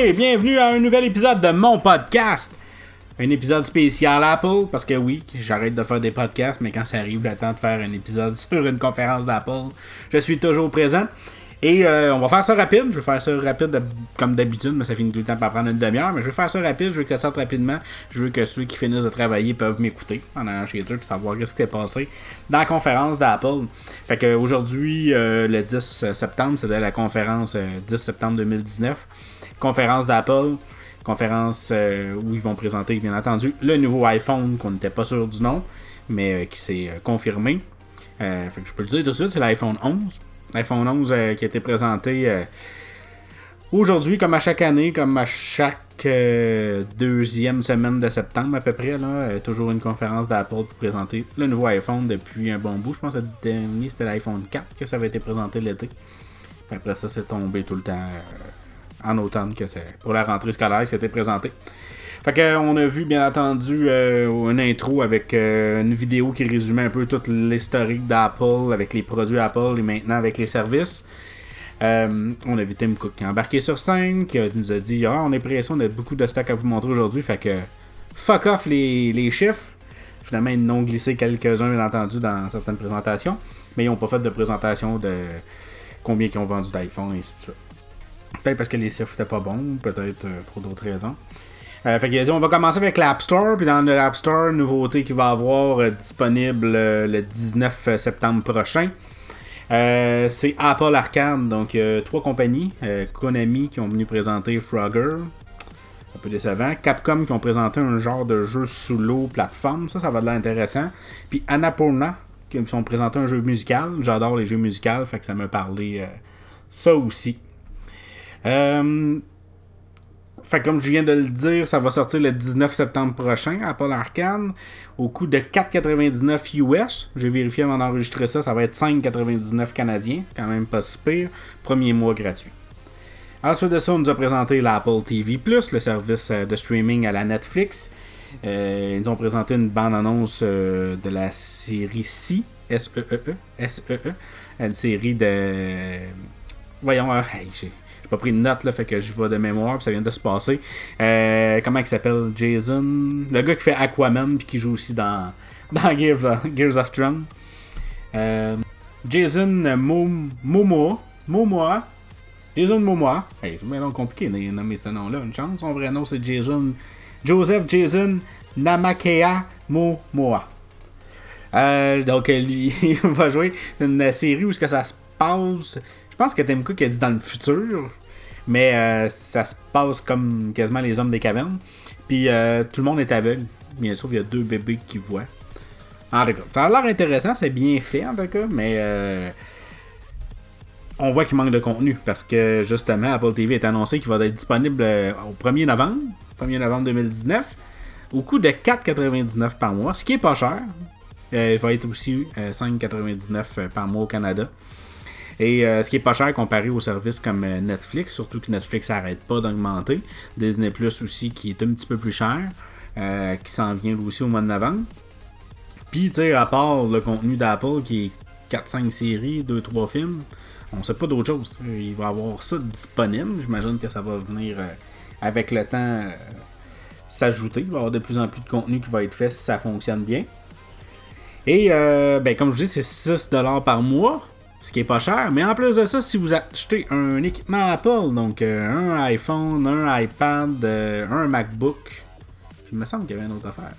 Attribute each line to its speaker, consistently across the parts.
Speaker 1: et bienvenue à un nouvel épisode de mon podcast. Un épisode spécial Apple, parce que oui, j'arrête de faire des podcasts, mais quand ça arrive le temps de faire un épisode sur une conférence d'Apple, je suis toujours présent. Et on va faire ça rapide. Je vais faire ça rapide comme d'habitude, mais ça finit tout le temps par prendre une demi-heure. Mais je vais faire ça rapide, je veux que ça sorte rapidement. Je veux que ceux qui finissent de travailler peuvent m'écouter en allant chez eux pour savoir ce qui s'est passé dans la conférence d'Apple. Fait qu'aujourd'hui, le 10 septembre, c'était la conférence 10 septembre 2019. Conférence d'Apple. Conférence où ils vont présenter, bien entendu, le nouveau iPhone qu'on n'était pas sûr du nom, mais qui s'est confirmé. Fait que je peux le dire tout de suite, c'est l'iPhone 11. L'iPhone 11 qui a été présenté aujourd'hui, comme à chaque année, comme à chaque deuxième semaine de septembre à peu près. Là, toujours une conférence d'Apple pour présenter le nouveau iPhone depuis un bon bout. Je pense que le dernier c'était l'iPhone 4 que ça avait été présenté l'été. Puis après ça, c'est tombé tout le temps en automne que c'est pour la rentrée scolaire que c'était présenté. Fait qu'on a vu bien entendu une intro avec une vidéo qui résumait un peu tout l'historique d'Apple avec les produits Apple et maintenant avec les services. On a vu Tim Cook qui est embarqué sur scène, qui nous a dit on est pressé, on a beaucoup de stock à vous montrer aujourd'hui, fait que fuck off les chiffres. Finalement, ils n'ont glissé quelques-uns bien entendu dans certaines présentations, mais ils n'ont pas fait de présentation de combien ils ont vendu d'iPhone et ainsi de suite. Peut-être parce que les chiffres étaient pas bons, peut-être pour d'autres raisons. Fait qu'il a dit on va commencer avec l'App Store, puis dans l'App Store, nouveauté qui va avoir disponible le 19 septembre prochain. C'est Apple Arcade, donc 3 compagnies. Konami qui ont venu présenter Frogger, un peu décevant. Capcom qui ont présenté un genre de jeu sous l'eau plateforme, ça va de l'air intéressant. Puis Annapurna qui ont présenté un jeu musical. J'adore les jeux musicaux, fait que ça m'a parlé ça aussi. Fait comme je viens de le dire, ça va sortir le 19 septembre prochain, Apple Arcade, au coût de 4,99 US. J'ai vérifié avant d'enregistrer ça, ça va être 5,99 canadiens, quand même pas si pire. Premier mois gratuit. Ensuite de ça, on nous a présenté l'Apple TV+, le service de streaming à la Netflix. Ils nous ont présenté une bande-annonce de la série S.E.E., une série de... Voyons, j'ai pas pris de note, là, fait que je vais de mémoire, puis ça vient de se passer. Comment il s'appelle? Jason, le gars qui fait Aquaman, puis qui joue aussi dans Gears of Thrones. Jason Momoa. Jason Momoa. Hey, c'est vraiment compliqué de nommer ce nom-là. Une chance, son vrai nom c'est Joseph Jason Namakea Momoa. Donc lui, il va jouer dans une série où est-ce que ça se passe. Je pense que Tim Cook a dit dans le futur, mais ça se passe comme quasiment les hommes des cavernes. Puis tout le monde est aveugle. Bien sûr, il y a 2 bébés qui voient. En tout cas, ça a l'air intéressant, c'est bien fait en tout cas, mais on voit qu'il manque de contenu parce que justement, Apple TV est annoncé qu'il va être disponible au 1er novembre 2019, au coût de 4,99$ par mois, ce qui est pas cher. Il va être aussi 5,99$ par mois au Canada. Et ce qui est pas cher comparé aux services comme Netflix, surtout que Netflix n'arrête pas d'augmenter. Disney Plus aussi qui est un petit peu plus cher, qui s'en vient aussi au mois de novembre. Puis tu sais, à part le contenu d'Apple qui est 4-5 séries, 2-3 films, on sait pas d'autre chose. Il va y avoir ça disponible. J'imagine que ça va venir avec le temps s'ajouter. Il va y avoir de plus en plus de contenu qui va être fait si ça fonctionne bien. Et comme je dis, c'est 6$ par mois. Ce qui est pas cher, mais en plus de ça, si vous achetez un équipement Apple, donc un iPhone, un iPad, un MacBook, il me semble qu'il y avait une autre affaire.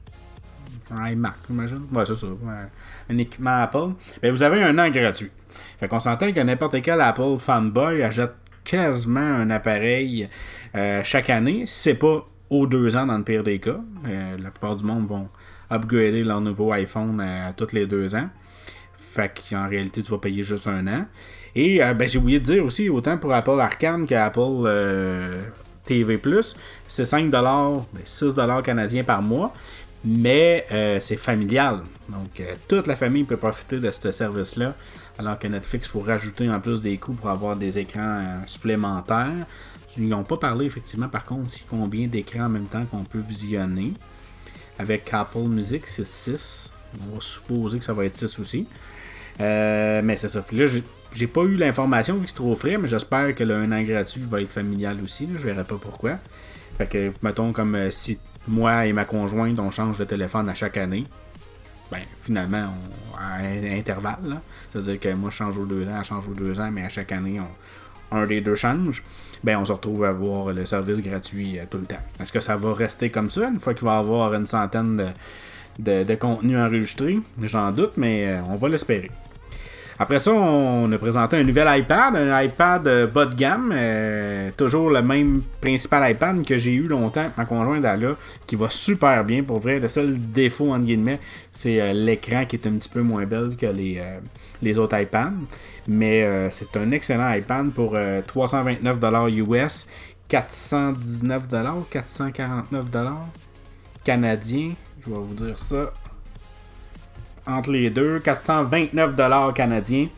Speaker 1: Un iMac, j'imagine. Ouais, c'est ça. Ouais. Un équipement Apple. Ben, vous avez 1 an gratuit. Fait qu'on s'entend que n'importe quel Apple fanboy achète quasiment un appareil chaque année. Si c'est pas aux 2 ans dans le pire des cas. La plupart du monde vont upgrader leur nouveau iPhone tous les 2 ans. Fait qu'en réalité, tu vas payer juste 1 an. Et j'ai oublié de dire aussi, autant pour Apple Arcade qu'Apple TV+, c'est 5$, 6$ canadiens par mois. Mais c'est familial. Donc, toute la famille peut profiter de ce service-là. Alors que Netflix, il faut rajouter en plus des coûts pour avoir des écrans supplémentaires. Ils n'ont pas parlé, effectivement, par contre, combien d'écrans en même temps qu'on peut visionner. Avec Apple Music, c'est 6. On va supposer que ça va être 6 aussi. Mais c'est ça. Puis là, j'ai pas eu l'information vu que c'est trop frais, mais j'espère que le 1 an gratuit va être familial aussi. Là, je verrai pas pourquoi. Fait que, mettons, comme si moi et ma conjointe, on change de téléphone à chaque année, ben, finalement, à intervalle, là. C'est-à-dire que moi, je change aux 2 ans, elle change aux 2 ans, mais à chaque année, un des deux change. Ben, on se retrouve à avoir le service gratuit tout le temps. Est-ce que ça va rester comme ça, une fois qu'il va y avoir une centaine de contenus enregistrés? J'en doute, mais on va l'espérer. Après ça, on a présenté un nouvel iPad, un iPad bas de gamme, toujours le même principal iPad que j'ai eu longtemps, ma conjointe a là, qui va super bien pour vrai. Le seul défaut, entre guillemets, c'est l'écran qui est un petit peu moins belle que les autres iPads. Mais c'est un excellent iPad pour 329$ US, 419$, 449$ canadiens. Je vais vous dire ça. Entre les deux, 429$ canadiens.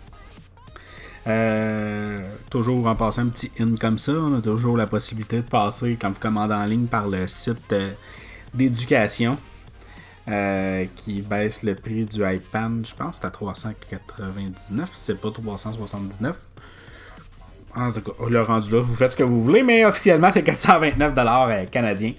Speaker 1: Toujours en passant un petit in comme ça, on a toujours la possibilité de passer quand vous commandez en ligne par le site d'éducation qui baisse le prix du iPad. Je pense que c'est à 399, c'est pas 379. En tout cas, le rendu là, vous faites ce que vous voulez, mais officiellement c'est 429$ canadiens.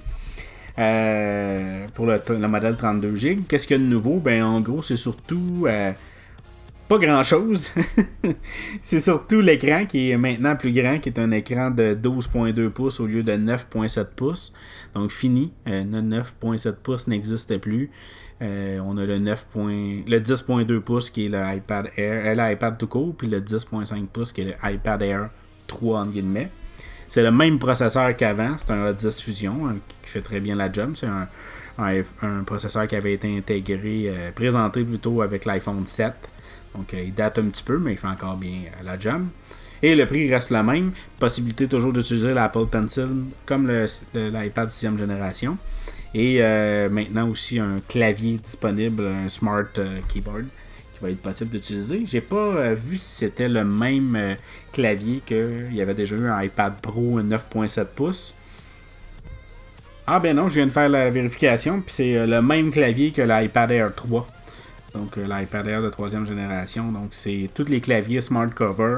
Speaker 1: Pour le modèle 32GB. Qu'est-ce qu'il y a de nouveau? Ben, en gros, c'est surtout pas grand-chose. C'est surtout l'écran qui est maintenant plus grand, qui est un écran de 12.2 pouces au lieu de 9.7 pouces. Donc, fini. Le 9.7 pouces n'existe plus. On a le 10.2 pouces qui est l'iPad Air, l'iPad tout court, puis le 10.5 pouces qui est l'iPad Air 3 entre guillemets. C'est le même processeur qu'avant, c'est un A10 Fusion qui fait très bien la job. C'est un processeur qui avait été intégré, présenté plutôt avec l'iPhone 7. Donc il date un petit peu, mais il fait encore bien la job. Et le prix reste le même. Possibilité toujours d'utiliser l'Apple Pencil comme l'iPad 6e génération. Et maintenant aussi un clavier disponible, un Smart Keyboard va être possible d'utiliser. J'ai pas vu si c'était le même clavier qu'il y avait déjà eu un iPad Pro 9.7 pouces. Ah ben non, je viens de faire la vérification, puis c'est le même clavier que l'iPad Air 3. Donc l'iPad Air de 3e génération. Donc c'est tous les claviers Smart Cover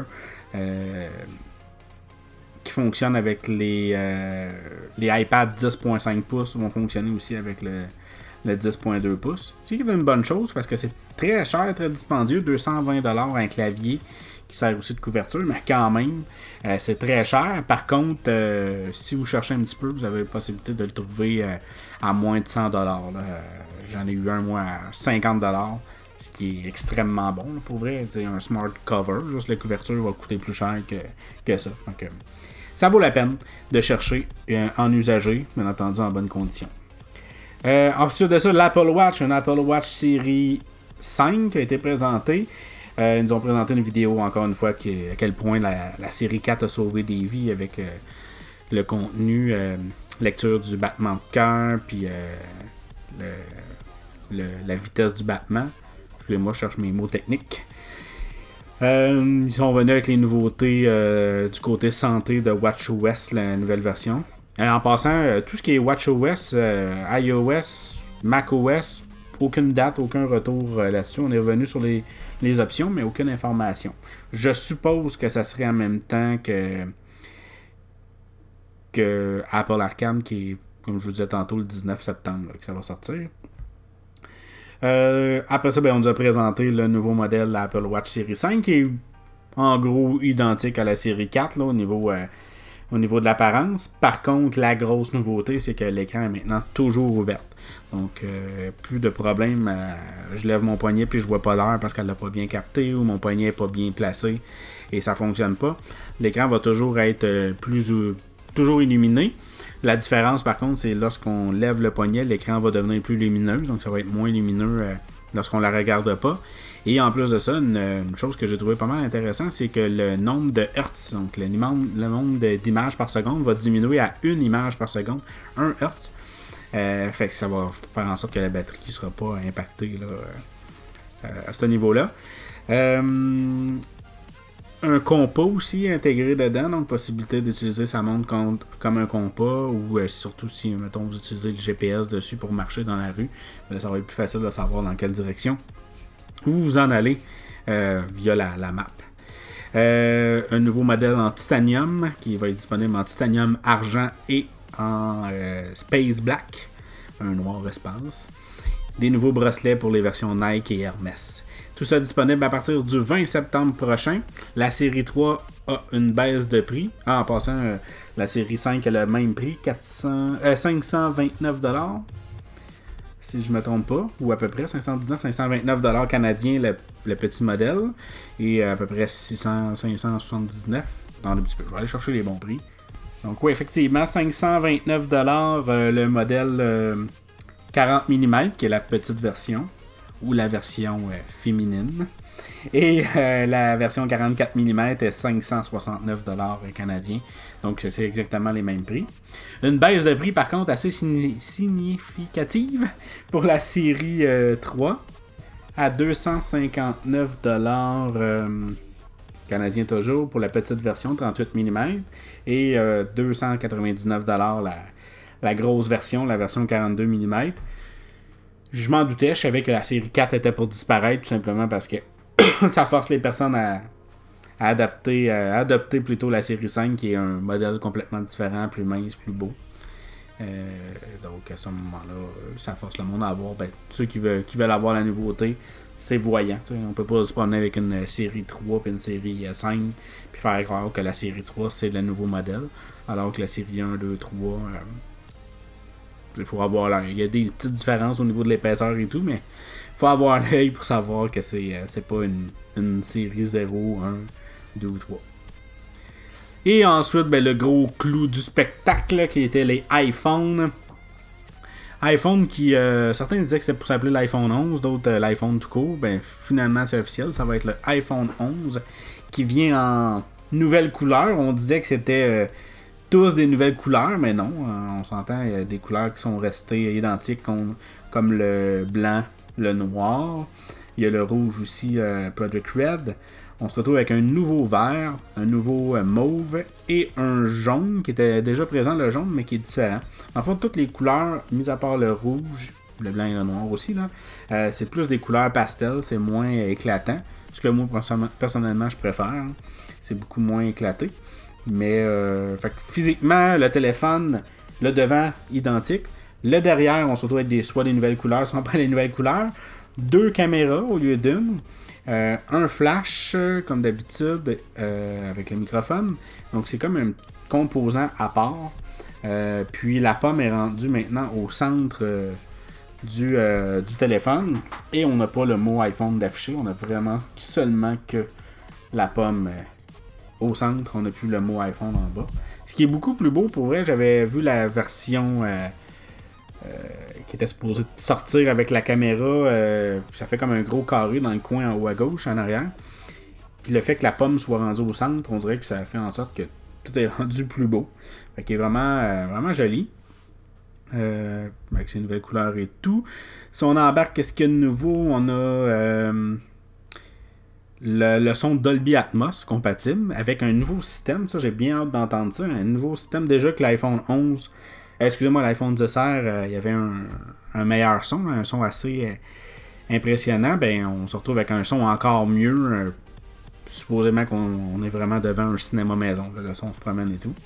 Speaker 1: qui fonctionnent avec les iPad 10.5 pouces vont fonctionner aussi avec le 10.2 pouces. C'est une bonne chose parce que c'est très cher, très dispendieux. 220$ un clavier qui sert aussi de couverture, mais quand même, c'est très cher. Par contre, si vous cherchez un petit peu, vous avez la possibilité de le trouver à moins de 100$. J'en ai eu un, moi, à 50$, ce qui est extrêmement bon. Là, pour vrai, un smart cover, juste la couverture va coûter plus cher que ça. Donc, ça vaut la peine de chercher en usager, bien entendu en bonnes conditions. Ensuite de ça, l'Apple Watch, un Apple Watch série 5 qui a été présenté. Ils nous ont présenté une vidéo encore une fois à quel point la série 4 a sauvé des vies avec le contenu, lecture du battement de cœur, puis la vitesse du battement. Excusez-moi, je cherche mes mots techniques. Ils sont venus avec les nouveautés du côté santé de WatchOS, la nouvelle version. En passant, tout ce qui est WatchOS, iOS, macOS, aucune date, aucun retour là-dessus. On est revenu sur les options, mais aucune information. Je suppose que ça serait en même temps que Apple Arcade, qui est, comme je vous disais tantôt, le 19 septembre, là, que ça va sortir. Après ça, on nous a présenté le nouveau modèle, l'Apple Watch Series 5, qui est en gros identique à la série 4 là, au niveau de l'apparence. Par contre, la grosse nouveauté, c'est que l'écran est maintenant toujours ouvert. Donc, plus de problème. Je lève mon poignet puis je vois pas l'heure parce qu'elle l'a pas bien capté ou mon poignet est pas bien placé et ça fonctionne pas. L'écran va toujours être toujours illuminé. La différence, par contre, c'est lorsqu'on lève le poignet, l'écran va devenir plus lumineux. Donc, ça va être moins lumineux lorsqu'on la regarde pas. Et en plus de ça, une chose que j'ai trouvé pas mal intéressant, c'est que le nombre de hertz, donc le nombre d'images par seconde, va diminuer à 1 image par seconde, 1 hertz. Fait que ça va faire en sorte que la batterie ne sera pas impactée là, à ce niveau-là. Un compas aussi intégré dedans, donc possibilité d'utiliser sa montre comme un compas, ou surtout si, mettons, vous utilisez le GPS dessus pour marcher dans la rue, ça va être plus facile de savoir dans quelle direction vous en allez via la map. Un nouveau modèle en titanium qui va être disponible en titanium argent et en space black, un noir espace. Des nouveaux bracelets pour les versions Nike et Hermès. Tout ça disponible à partir du 20 septembre prochain. La série 3 a une baisse de prix. En passant, la série 5 a le même prix, 529$. Si je ne me trompe pas, ou à peu près 529$ canadiens le petit modèle, et à peu près 579$ dans le petit peu. Je vais aller chercher les bons prix. Donc oui, effectivement, 529$ le modèle 40 mm, qui est la petite version, ou la version féminine. Et la version 44 mm est 569$ canadiens. Donc c'est exactement les mêmes prix. Une baisse de prix par contre assez significative pour la série 3 à 259$ canadiens toujours pour la petite version 38 mm et 299$ la grosse version, la version 42 mm. Je m'en doutais, je savais que la série 4 était pour disparaître tout simplement parce que ça force les personnes à adopter plutôt la série 5 qui est un modèle complètement différent, plus mince, plus beau. Donc à ce moment-là, ça force le monde à avoir. Ceux qui veulent avoir la nouveauté, c'est voyant. On peut pas se promener avec une série 3 et une série 5 puis faire croire que la série 3 c'est le nouveau modèle, alors que la série 1, 2, 3, il faut avoir l'œil. Il y a des petites différences au niveau de l'épaisseur et tout, mais il faut avoir l'œil pour savoir que c'est pas une série 0, 1, 2 ou 3. Et ensuite, le gros clou du spectacle qui était les iPhones. iPhone qui, certains disaient que c'était pour s'appeler l'iPhone 11, d'autres l'iPhone tout court. Finalement, c'est officiel, ça va être le iPhone 11 qui vient en nouvelles couleurs. On disait que c'était tous des nouvelles couleurs, mais non, on s'entend, il y a des couleurs qui sont restées identiques comme le blanc, le noir. Il y a le rouge aussi, Project Red. On se retrouve avec un nouveau vert, un nouveau mauve et un jaune qui était déjà présent, le jaune, mais qui est différent. En fait, toutes les couleurs, mis à part le rouge, le blanc et le noir aussi, là, c'est plus des couleurs pastel, c'est moins éclatant. Ce que moi, personnellement, je préfère. Hein. C'est beaucoup moins éclaté. Mais fait que physiquement, le téléphone, le devant, identique. Le derrière, on se retrouve avec soit des nouvelles couleurs, soit pas les nouvelles couleurs. 2 caméras au lieu d'une. Un flash, comme d'habitude, avec le microphone. Donc, c'est comme un petit composant à part. Puis, la pomme est rendue maintenant au centre du téléphone. Et on n'a pas le mot iPhone d'affiché. On a vraiment seulement que la pomme au centre. On n'a plus le mot iPhone en bas. Ce qui est beaucoup plus beau, pour vrai. J'avais vu la version qui était supposée sortir avec la caméra. Ça fait comme un gros carré dans le coin en haut à gauche, en arrière. Puis le fait que la pomme soit rendue au centre, on dirait que ça fait en sorte que tout est rendu plus beau. Fait qu'il est vraiment, vraiment joli. Avec ses nouvelles couleurs et tout. Si on embarque, qu'est-ce qu'il y a de nouveau? On a le son Dolby Atmos compatible avec un nouveau système. Ça, j'ai bien hâte d'entendre ça. Un nouveau système déjà que l'iPhone 11... excusez-moi, l'iPhone XR, il y avait un meilleur son, un son assez impressionnant. On se retrouve avec un son encore mieux. Supposément qu'on est vraiment devant un cinéma maison. Là, le son se promène et tout.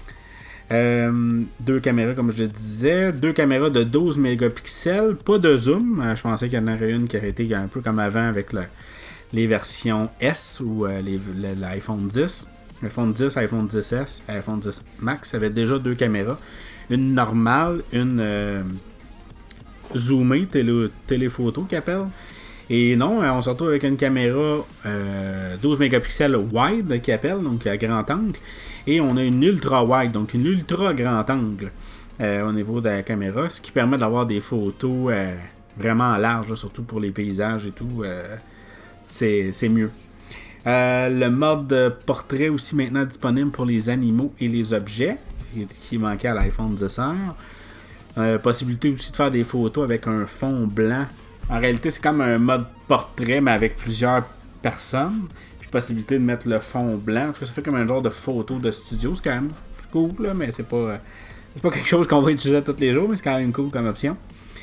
Speaker 1: 2 caméras, comme je le disais. 2 caméras de 12 mégapixels. Pas de zoom. Je pensais qu'il y en aurait une qui aurait été un peu comme avant avec les versions S ou l'iPhone 10. iPhone 10, iPhone 10S, iPhone 10 Max avait déjà 2 caméras. Une normale, une zoomée, téléphoto qu'ils appellent. Et non, on se retrouve avec une caméra 12 mégapixels wide qu'ils appellent, donc à grand angle. Et on a une ultra wide, donc une ultra grand angle au niveau de la caméra, ce qui permet d'avoir des photos vraiment larges, là, surtout pour les paysages et tout. C'est mieux. Le mode portrait aussi maintenant disponible pour les animaux et les objets, qui manquait à l'iPhone XR. Possibilité aussi de faire des photos avec un fond blanc. En réalité, c'est comme un mode portrait, mais avec plusieurs personnes. Puis possibilité de mettre le fond blanc. Parce que ça fait comme un genre de photo de studio. C'est quand même cool, là, mais c'est pas quelque chose qu'on va utiliser tous les jours, mais c'est quand même cool comme option.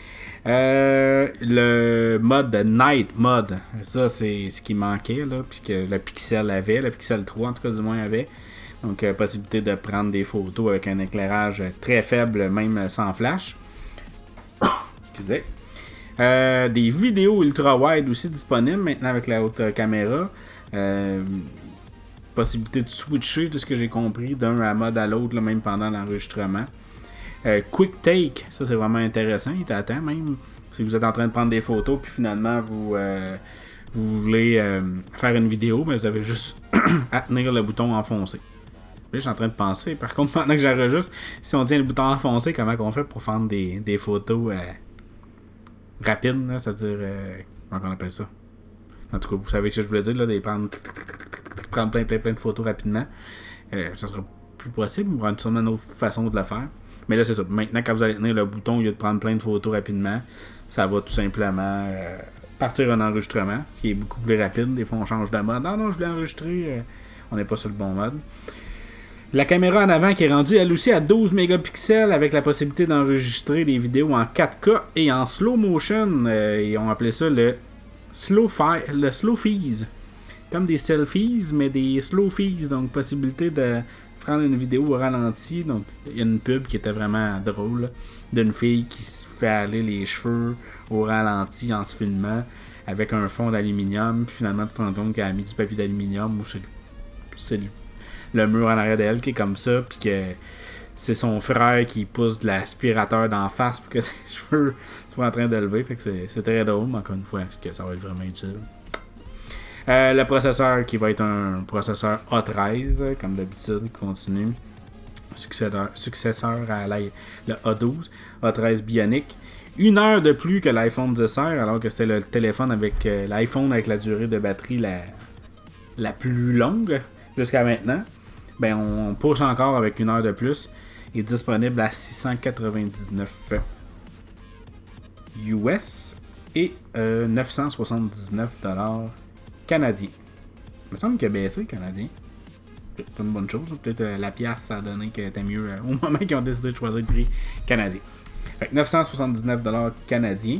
Speaker 1: Le mode Night Mode, ça c'est ce qui manquait, là, puisque le Pixel avait, le Pixel 3 en tout cas du moins avait. Donc possibilité de prendre des photos avec un éclairage très faible, même sans flash. Excusez. Des vidéos ultra-wide aussi disponibles maintenant avec la haute caméra. Possibilité de switcher, de ce que j'ai compris, d'un mode à l'autre, là, même pendant l'enregistrement. Quick Take, ça c'est vraiment intéressant. Il t'attend même. Si vous êtes en train de prendre des photos, puis finalement vous voulez faire une vidéo, mais vous avez juste à tenir le bouton enfoncé. Là, je suis en train de penser, par contre, pendant que j'enregistre, si on tient le bouton enfoncé, comment on fait pour faire des photos rapides, là, c'est-à-dire, comment on appelle ça? En tout cas, vous savez ce que je voulais dire, là, de prendre plein de photos rapidement. Ça sera plus possible, il y aura sûrement une autre façon de le faire. Mais là, c'est ça. Maintenant, quand vous allez tenir le bouton, au lieu de prendre plein de photos rapidement, ça va tout simplement partir un enregistrement, ce qui est beaucoup plus rapide. Des fois, on change de mode. Non, je voulais enregistrer. On n'est pas sur le bon mode. La caméra en avant qui est rendue, elle aussi, à 12 mégapixels avec la possibilité d'enregistrer des vidéos en 4K et en slow motion. Ils ont appelé ça le slow fees. Comme des selfies, mais des slow fees. Donc, possibilité de prendre une vidéo au ralenti. Donc, il y a une pub qui était vraiment drôle, là, d'une fille qui se fait aller les cheveux au ralenti en se filmant avec un fond d'aluminium. Puis finalement, tu te rends compte qu'elle a mis du papier d'aluminium ou c'est le mur en arrière d'elle qui est comme ça. Puis que c'est son frère qui pousse de l'aspirateur d'en face pour que ses cheveux soient en train de lever. Fait que c'est très drôle, mais encore une fois, est-ce que ça va être vraiment utile? Le processeur qui va être un processeur A13, comme d'habitude, continue. Successeur à le A12, A13 Bionic. 1 heure de plus que l'iPhone 10R, alors que c'était le téléphone avec l'iPhone avec la durée de batterie la plus longue jusqu'à maintenant. Ben, on pousse encore avec 1 heure de plus. Il est disponible à 699 US et 979$ canadien. Il me semble qu'il a baissé le canadien. C'est une bonne chose. Peut-être la pièce ça a donné que c'était mieux au moment qu'ils ont décidé de choisir le prix canadien. Fait que 979$ canadiens.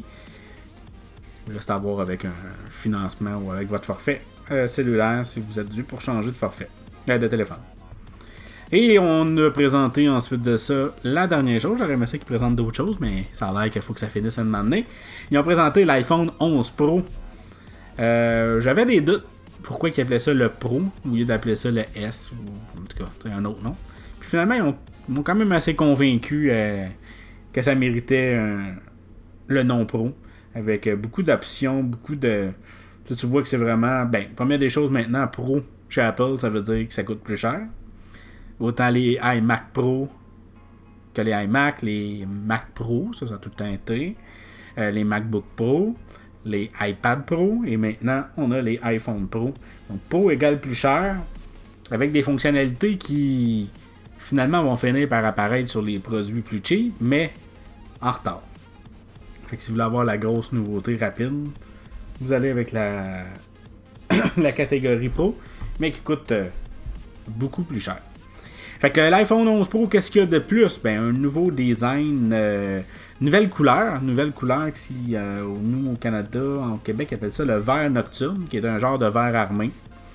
Speaker 1: Il reste à voir avec un financement ou avec votre forfait cellulaire si vous êtes dû pour changer de forfait. De téléphone. Et on a présenté ensuite de ça la dernière chose. J'aurais aimé ça qu'ils présentent d'autres choses, mais ça a l'air qu'il faut que ça finisse un moment donné. Ils ont présenté l'iPhone 11 Pro. J'avais des doutes pourquoi ils appelaient ça le Pro au lieu d'appeler ça le S ou en tout cas un autre nom. Puis finalement ils m'ont quand même assez convaincu que ça méritait le nom Pro avec beaucoup d'options, beaucoup de... Tu vois que c'est vraiment... première des choses maintenant, Pro chez Apple, ça veut dire que ça coûte plus cher. Autant les iMac Pro que les iMac, les Mac Pro, ça a tout le temps été, les MacBook Pro, les iPad Pro, et maintenant on a les iPhone Pro. Donc Pro égale plus cher, avec des fonctionnalités qui finalement vont finir par apparaître sur les produits plus cheap, mais en retard. Fait que si vous voulez avoir la grosse nouveauté rapide, vous allez avec la catégorie Pro, mais qui coûte beaucoup plus cher. Fait que l'iPhone 11 Pro, qu'est-ce qu'il y a de plus? Un nouveau design, nouvelle couleur qui, nous au Canada, au Québec, appelle ça le vert nocturne, qui est un genre de vert armé.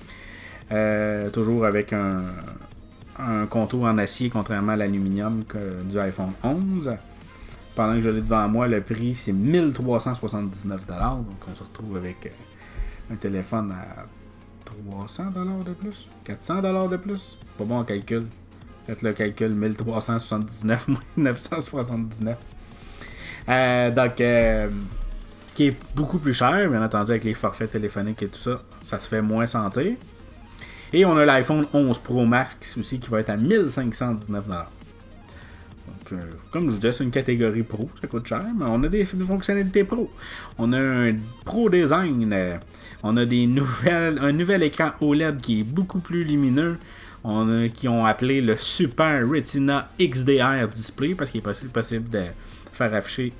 Speaker 1: Toujours avec un contour en acier, contrairement à l'aluminium du iPhone 11. Pendant que je l'ai devant moi, le prix c'est 1379$. Donc on se retrouve avec un téléphone à 300$ de plus, 400$ de plus. Pas bon en calcul. Faites le calcul, 1379 moins 979. Donc, qui est beaucoup plus cher, bien entendu, avec les forfaits téléphoniques et tout ça, ça se fait moins sentir. Et on a l'iPhone 11 Pro Max aussi qui va être à 1519$. Donc, comme je vous disais, c'est une catégorie Pro, ça coûte cher, mais on a des fonctionnalités Pro. On a un Pro Design, on a un nouvel écran OLED qui est beaucoup plus lumineux. Qui ont appelé le Super Retina XDR Display parce qu'il est possible de faire afficher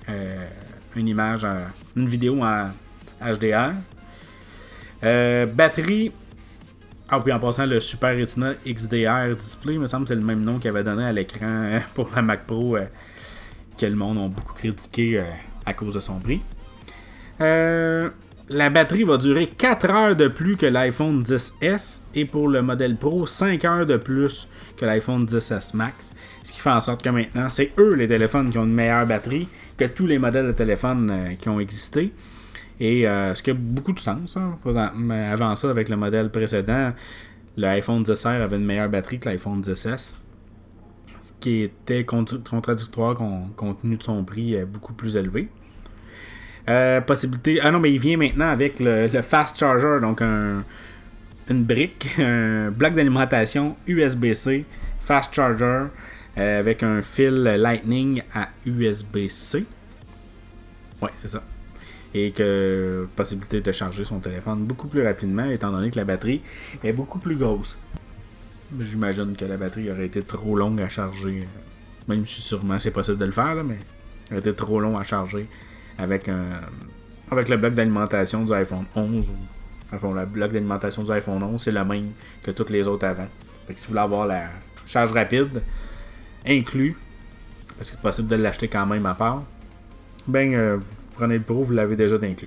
Speaker 1: une vidéo en HDR. Batterie. Ah oui, en passant, le Super Retina XDR Display, il me semble que c'est le même nom qu'il avait donné à l'écran pour la Mac Pro que le monde a beaucoup critiqué à cause de son prix. La batterie va durer 4 heures de plus que l'iPhone XS et pour le modèle Pro, 5 heures de plus que l'iPhone XS Max. Ce qui fait en sorte que maintenant, c'est eux les téléphones qui ont une meilleure batterie que tous les modèles de téléphones qui ont existé. Et ce qui a beaucoup de sens. Hein. Avant ça, avec le modèle précédent, l'iPhone XR avait une meilleure batterie que l'iPhone XS. Ce qui était contradictoire compte tenu de son prix beaucoup plus élevé. Possibilité. Ah non, mais il vient maintenant avec le Fast Charger, donc une brique, un bloc d'alimentation USB-C, Fast Charger, avec un fil Lightning à USB-C. Ouais, c'est ça. Et que possibilité de charger son téléphone beaucoup plus rapidement, étant donné que la batterie est beaucoup plus grosse. J'imagine que la batterie aurait été trop longue à charger, même si sûrement c'est possible de le faire, là, mais elle aurait été trop long à charger avec le bloc d'alimentation du iPhone 11 le bloc d'alimentation du iPhone 11 c'est le même que tous les autres avant. Fait que si vous voulez avoir la charge rapide inclus, parce que c'est possible de l'acheter quand même à part, vous prenez le Pro, vous l'avez déjà inclus.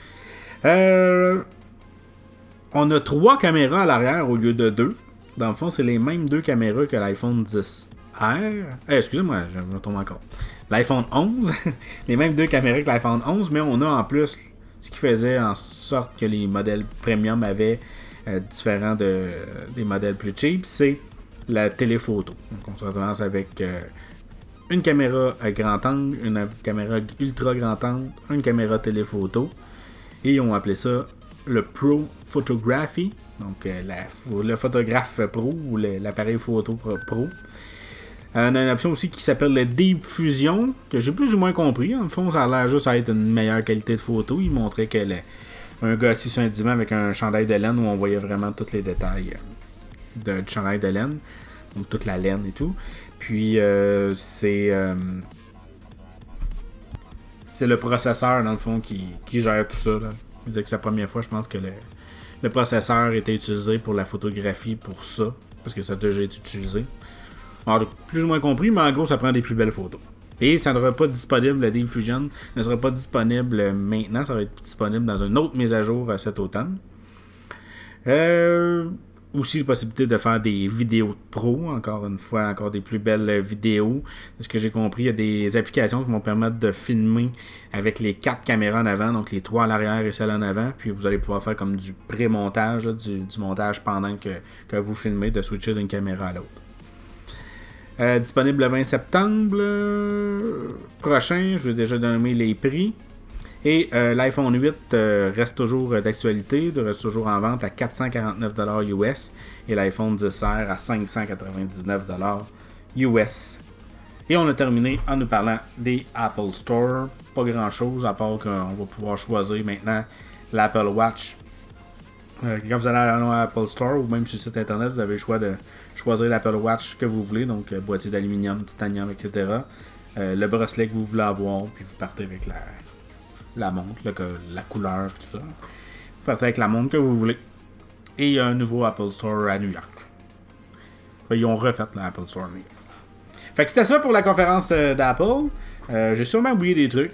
Speaker 1: On a 3 caméras à l'arrière au lieu de 2. Dans le fond, c'est les mêmes 2 caméras que l'iPhone XR. Excusez-moi, je me tombe encore. L'iPhone 11, les mêmes 2 caméras que l'iPhone 11, mais on a en plus ce qui faisait en sorte que les modèles premium avaient différents des modèles plus cheap, c'est la téléphoto. Donc on se retrouve avec une caméra à grand angle, une caméra ultra grand angle, une caméra téléphoto, et ils ont appelé ça le Pro Photography, donc le photographe pro ou l'appareil photo pro. On a une option aussi qui s'appelle le Deep Fusion, que j'ai plus ou moins compris. En fond, ça a l'air juste à être une meilleure qualité de photo. Il montrait que un gars assis sur un divan avec un chandail de laine où on voyait vraiment tous les détails du chandail de laine. Donc toute la laine et tout. Puis c'est le processeur, dans le fond, qui gère tout ça. Là. Je veux dire que c'est la première fois, je pense que le processeur était utilisé pour la photographie pour ça. Parce que ça a déjà été utilisé. Alors, plus ou moins compris, mais en gros, ça prend des plus belles photos. Et ça ne sera pas disponible, le Deep Fusion ne sera pas disponible maintenant, ça va être disponible dans une autre mise à jour cet automne. Aussi, la possibilité de faire des vidéos de pro, encore une fois, encore des plus belles vidéos. De ce que j'ai compris, il y a des applications qui vont permettre de filmer avec les 4 caméras en avant, donc les 3 à l'arrière et celle en avant, puis vous allez pouvoir faire comme du pré-montage, du montage pendant que vous filmez, de switcher d'une caméra à l'autre. Disponible le 20 septembre prochain. Je vais déjà donner les prix. Et l'iPhone 8 reste toujours d'actualité, reste toujours en vente à 449$ US. Et l'iPhone XR à 599$ US. Et on a terminé en nous parlant des Apple Store. Pas grand chose, à part qu'on va pouvoir choisir maintenant l'Apple Watch. Quand vous allez à l'Apple Store ou même sur le site internet, vous avez le choix de choisir l'Apple Watch que vous voulez, donc boîtier d'aluminium, titanium, etc. Le bracelet que vous voulez avoir, puis vous partez avec la montre, la couleur, tout ça. Vous partez avec la montre que vous voulez. Et il y a un nouveau Apple Store à New York. Ils ont refait l'Apple Store à New York. Fait que c'était ça pour la conférence d'Apple. J'ai sûrement oublié des trucs.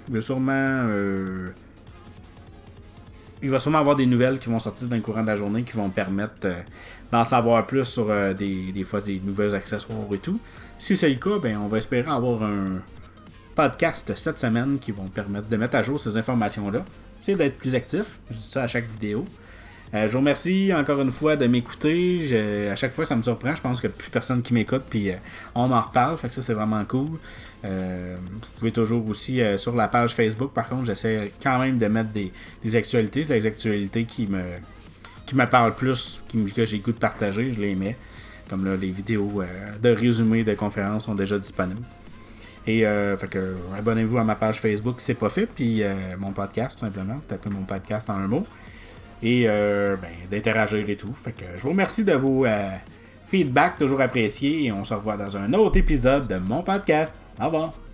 Speaker 1: Il va sûrement avoir des nouvelles qui vont sortir dans le courant de la journée qui vont permettre d'en savoir plus sur des fois des nouveaux accessoires et tout. Si c'est le cas, on va espérer avoir un podcast cette semaine qui vont permettre de mettre à jour ces informations-là. C'est d'être plus actif. Je dis ça à chaque vidéo. Je vous remercie encore une fois de m'écouter. À chaque fois, ça me surprend. Je pense qu'il n'y a plus personne qui m'écoute. Puis on m'en reparle. Fait que ça, c'est vraiment cool. Vous pouvez toujours aussi sur la page Facebook. Par contre, j'essaie quand même de mettre des actualités. C'est les actualités qui me parlent plus, que j'ai le goût de partager. Je les mets. Comme là, les vidéos de résumé de conférences sont déjà disponibles. Et fait que abonnez-vous à ma page Facebook si c'est pas fait. Puis mon podcast, tout simplement. Tapez mon podcast en un mot. Et d'interagir et tout. Fait que je vous remercie de vos feedbacks toujours appréciés. Et on se revoit dans un autre épisode de mon podcast. Au revoir.